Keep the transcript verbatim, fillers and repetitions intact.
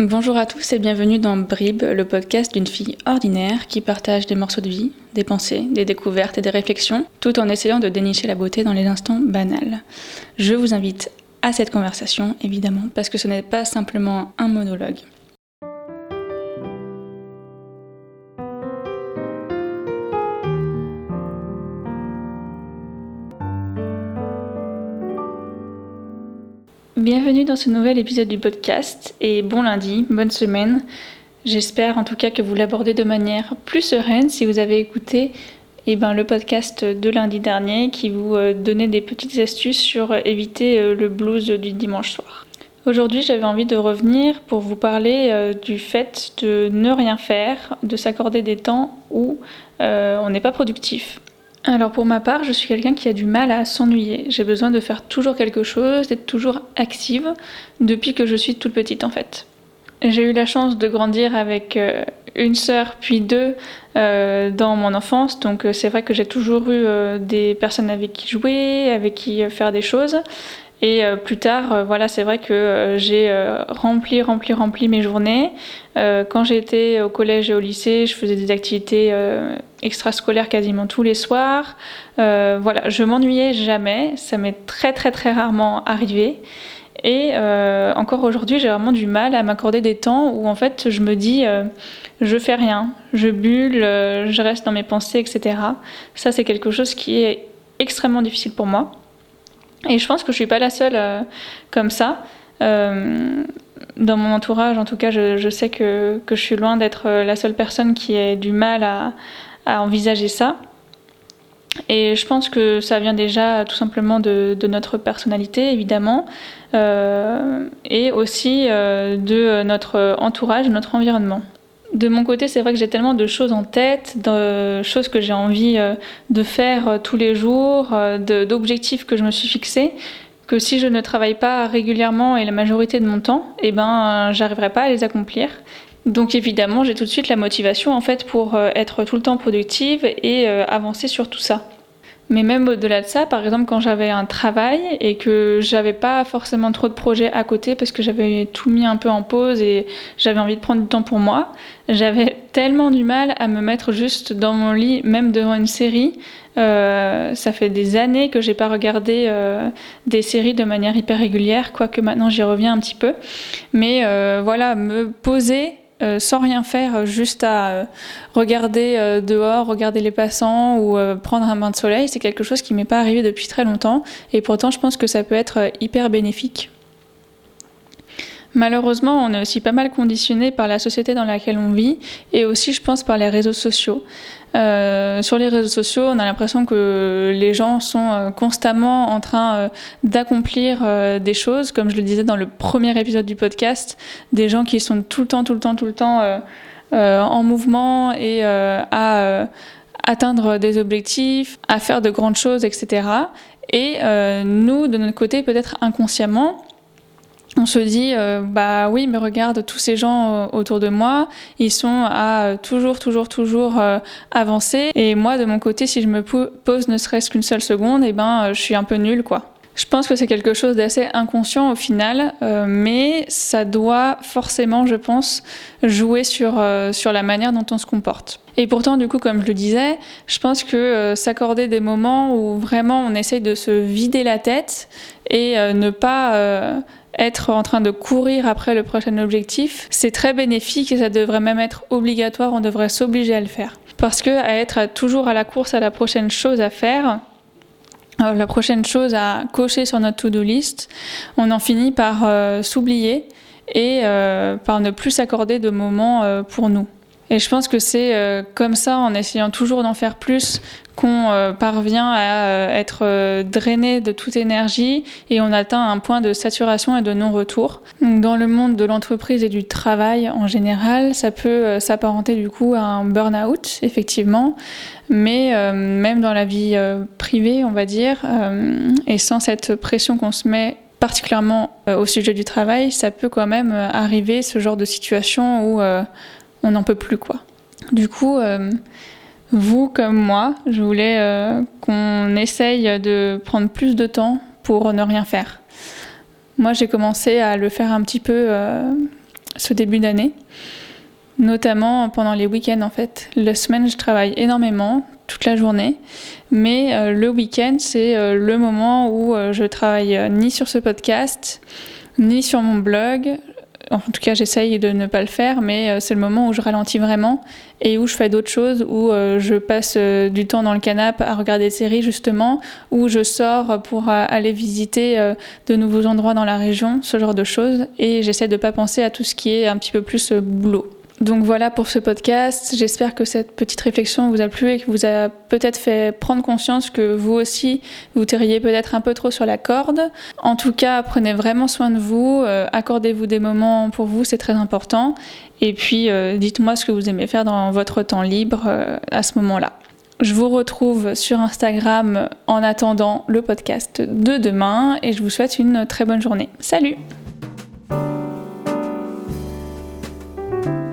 Bonjour à tous et bienvenue dans Bribes, le podcast d'une fille ordinaire qui partage des morceaux de vie, des pensées, des découvertes et des réflexions, tout en essayant de dénicher la beauté dans les instants banals. Je vous invite à cette conversation, évidemment, parce que ce n'est pas simplement un monologue. Bienvenue dans ce nouvel épisode du podcast et bon lundi, bonne semaine. J'espère en tout cas que vous l'abordez de manière plus sereine si vous avez écouté eh ben, le podcast de lundi dernier qui vous euh, donnait des petites astuces sur éviter euh, le blues du dimanche soir. Aujourd'hui, j'avais envie de revenir pour vous parler euh, du fait de ne rien faire, de s'accorder des temps où euh, on n'est pas productif. Alors pour ma part, je suis quelqu'un qui a du mal à s'ennuyer. J'ai besoin de faire toujours quelque chose, d'être toujours active, depuis que je suis toute petite en fait. J'ai eu la chance de grandir avec euh, une sœur puis deux euh, dans mon enfance, donc euh, c'est vrai que j'ai toujours eu euh, des personnes avec qui jouer, avec qui euh, faire des choses. Et euh, plus tard, euh, voilà, c'est vrai que euh, j'ai euh, rempli, rempli, rempli mes journées. Euh, quand j'étais au collège et au lycée, je faisais des activités euh, extrascolaires quasiment tous les soirs. Euh, voilà, je m'ennuyais jamais. Ça m'est très, très, très rarement arrivé. Et euh, encore aujourd'hui, j'ai vraiment du mal à m'accorder des temps où en fait, je me dis, euh, je fais rien, je bulle, euh, je reste dans mes pensées, et cetera. Ça, c'est quelque chose qui est extrêmement difficile pour moi. Et je pense que je suis pas la seule euh, comme ça. Euh, dans mon entourage, en tout cas, je, je sais que, que je suis loin d'être la seule personne qui ait du mal à, à envisager ça. Et je pense que ça vient déjà tout simplement de, de notre personnalité, évidemment, euh, et aussi euh, de notre entourage, de notre environnement. De mon côté, c'est vrai que j'ai tellement de choses en tête, de choses que j'ai envie de faire tous les jours, de, d'objectifs que je me suis fixés, que si je ne travaille pas régulièrement et la majorité de mon temps, eh ben, j'arriverai pas à les accomplir. Donc évidemment, j'ai tout de suite la motivation en fait pour être tout le temps productive et avancer sur tout ça. Mais même au-delà de ça, par exemple, quand j'avais un travail et que j'avais pas forcément trop de projets à côté parce que j'avais tout mis un peu en pause et j'avais envie de prendre du temps pour moi, j'avais tellement du mal à me mettre juste dans mon lit, même devant une série. Euh, ça fait des années que j'ai pas regardé euh, des séries de manière hyper régulière, quoique maintenant j'y reviens un petit peu. Mais euh, voilà, me poser Euh, sans rien faire, juste à euh, regarder euh, dehors, regarder les passants ou euh, prendre un bain de soleil, c'est quelque chose qui m'est pas arrivé depuis très longtemps et pourtant je pense que ça peut être euh, hyper bénéfique. Malheureusement, on est aussi pas mal conditionné par la société dans laquelle on vit et aussi, je pense, par les réseaux sociaux. Euh, sur les réseaux sociaux, on a l'impression que les gens sont euh, constamment en train euh, d'accomplir euh, des choses, comme je le disais dans le premier épisode du podcast, des gens qui sont tout le temps, tout le temps, tout le temps euh, euh, en mouvement et euh, à euh, atteindre des objectifs, à faire de grandes choses, et cetera. Et euh, nous, de notre côté, peut-être inconsciemment, on se dit, euh, bah oui, mais regarde, tous ces gens euh, autour de moi, ils sont à euh, toujours, toujours, toujours euh, avancer. Et moi, de mon côté, si je me pose ne serait-ce qu'une seule seconde, eh ben, euh, je suis un peu nulle, quoi. Je pense que c'est quelque chose d'assez inconscient au final, euh, mais ça doit forcément, je pense, jouer sur, euh, sur la manière dont on se comporte. Et pourtant, du coup, comme je le disais, je pense que euh, s'accorder des moments où vraiment on essaye de se vider la tête et euh, ne pas... Euh, être en train de courir après le prochain objectif, c'est très bénéfique et ça devrait même être obligatoire, on devrait s'obliger à le faire. Parce que à être toujours à la course à la prochaine chose à faire, euh, la prochaine chose à cocher sur notre to-do list, on en finit par euh, s'oublier et euh, par ne plus s'accorder de moments euh, pour nous. Et je pense que c'est euh, comme ça, en essayant toujours d'en faire plus, qu'on euh, parvient à euh, être euh, drainé de toute énergie et on atteint un point de saturation et de non-retour. Donc, dans le monde de l'entreprise et du travail en général, ça peut euh, s'apparenter du coup à un burn-out, effectivement, mais euh, même dans la vie euh, privée, on va dire, euh, et sans cette pression qu'on se met particulièrement euh, au sujet du travail, ça peut quand même euh, arriver ce genre de situation où euh, on n'en peut plus, quoi. Du coup, euh, vous comme moi, je voulais euh, qu'on essaye de prendre plus de temps pour ne rien faire. Moi, j'ai commencé à le faire un petit peu euh, ce début d'année, notamment pendant les week-ends en fait. La semaine, je travaille énormément, toute la journée, mais euh, le week-end, c'est euh, le moment où euh, je travaille euh, ni sur ce podcast, ni sur mon blog. En tout cas, j'essaye de ne pas le faire, mais euh, c'est le moment où je ralentis vraiment et où je fais d'autres choses, où euh, je passe euh, du temps dans le canapé à regarder des séries justement, où je sors pour euh, aller visiter euh, de nouveaux endroits dans la région, ce genre de choses, et j'essaie de ne pas penser à tout ce qui est un petit peu plus euh, boulot. Donc voilà pour ce podcast, j'espère que cette petite réflexion vous a plu et que vous a peut-être fait prendre conscience que vous aussi, vous tiriez peut-être un peu trop sur la corde. En tout cas, prenez vraiment soin de vous, euh, accordez-vous des moments pour vous, c'est très important. Et puis, euh, dites-moi ce que vous aimez faire dans votre temps libre euh, à ce moment-là. Je vous retrouve sur Instagram en attendant le podcast de demain et je vous souhaite une très bonne journée. Salut!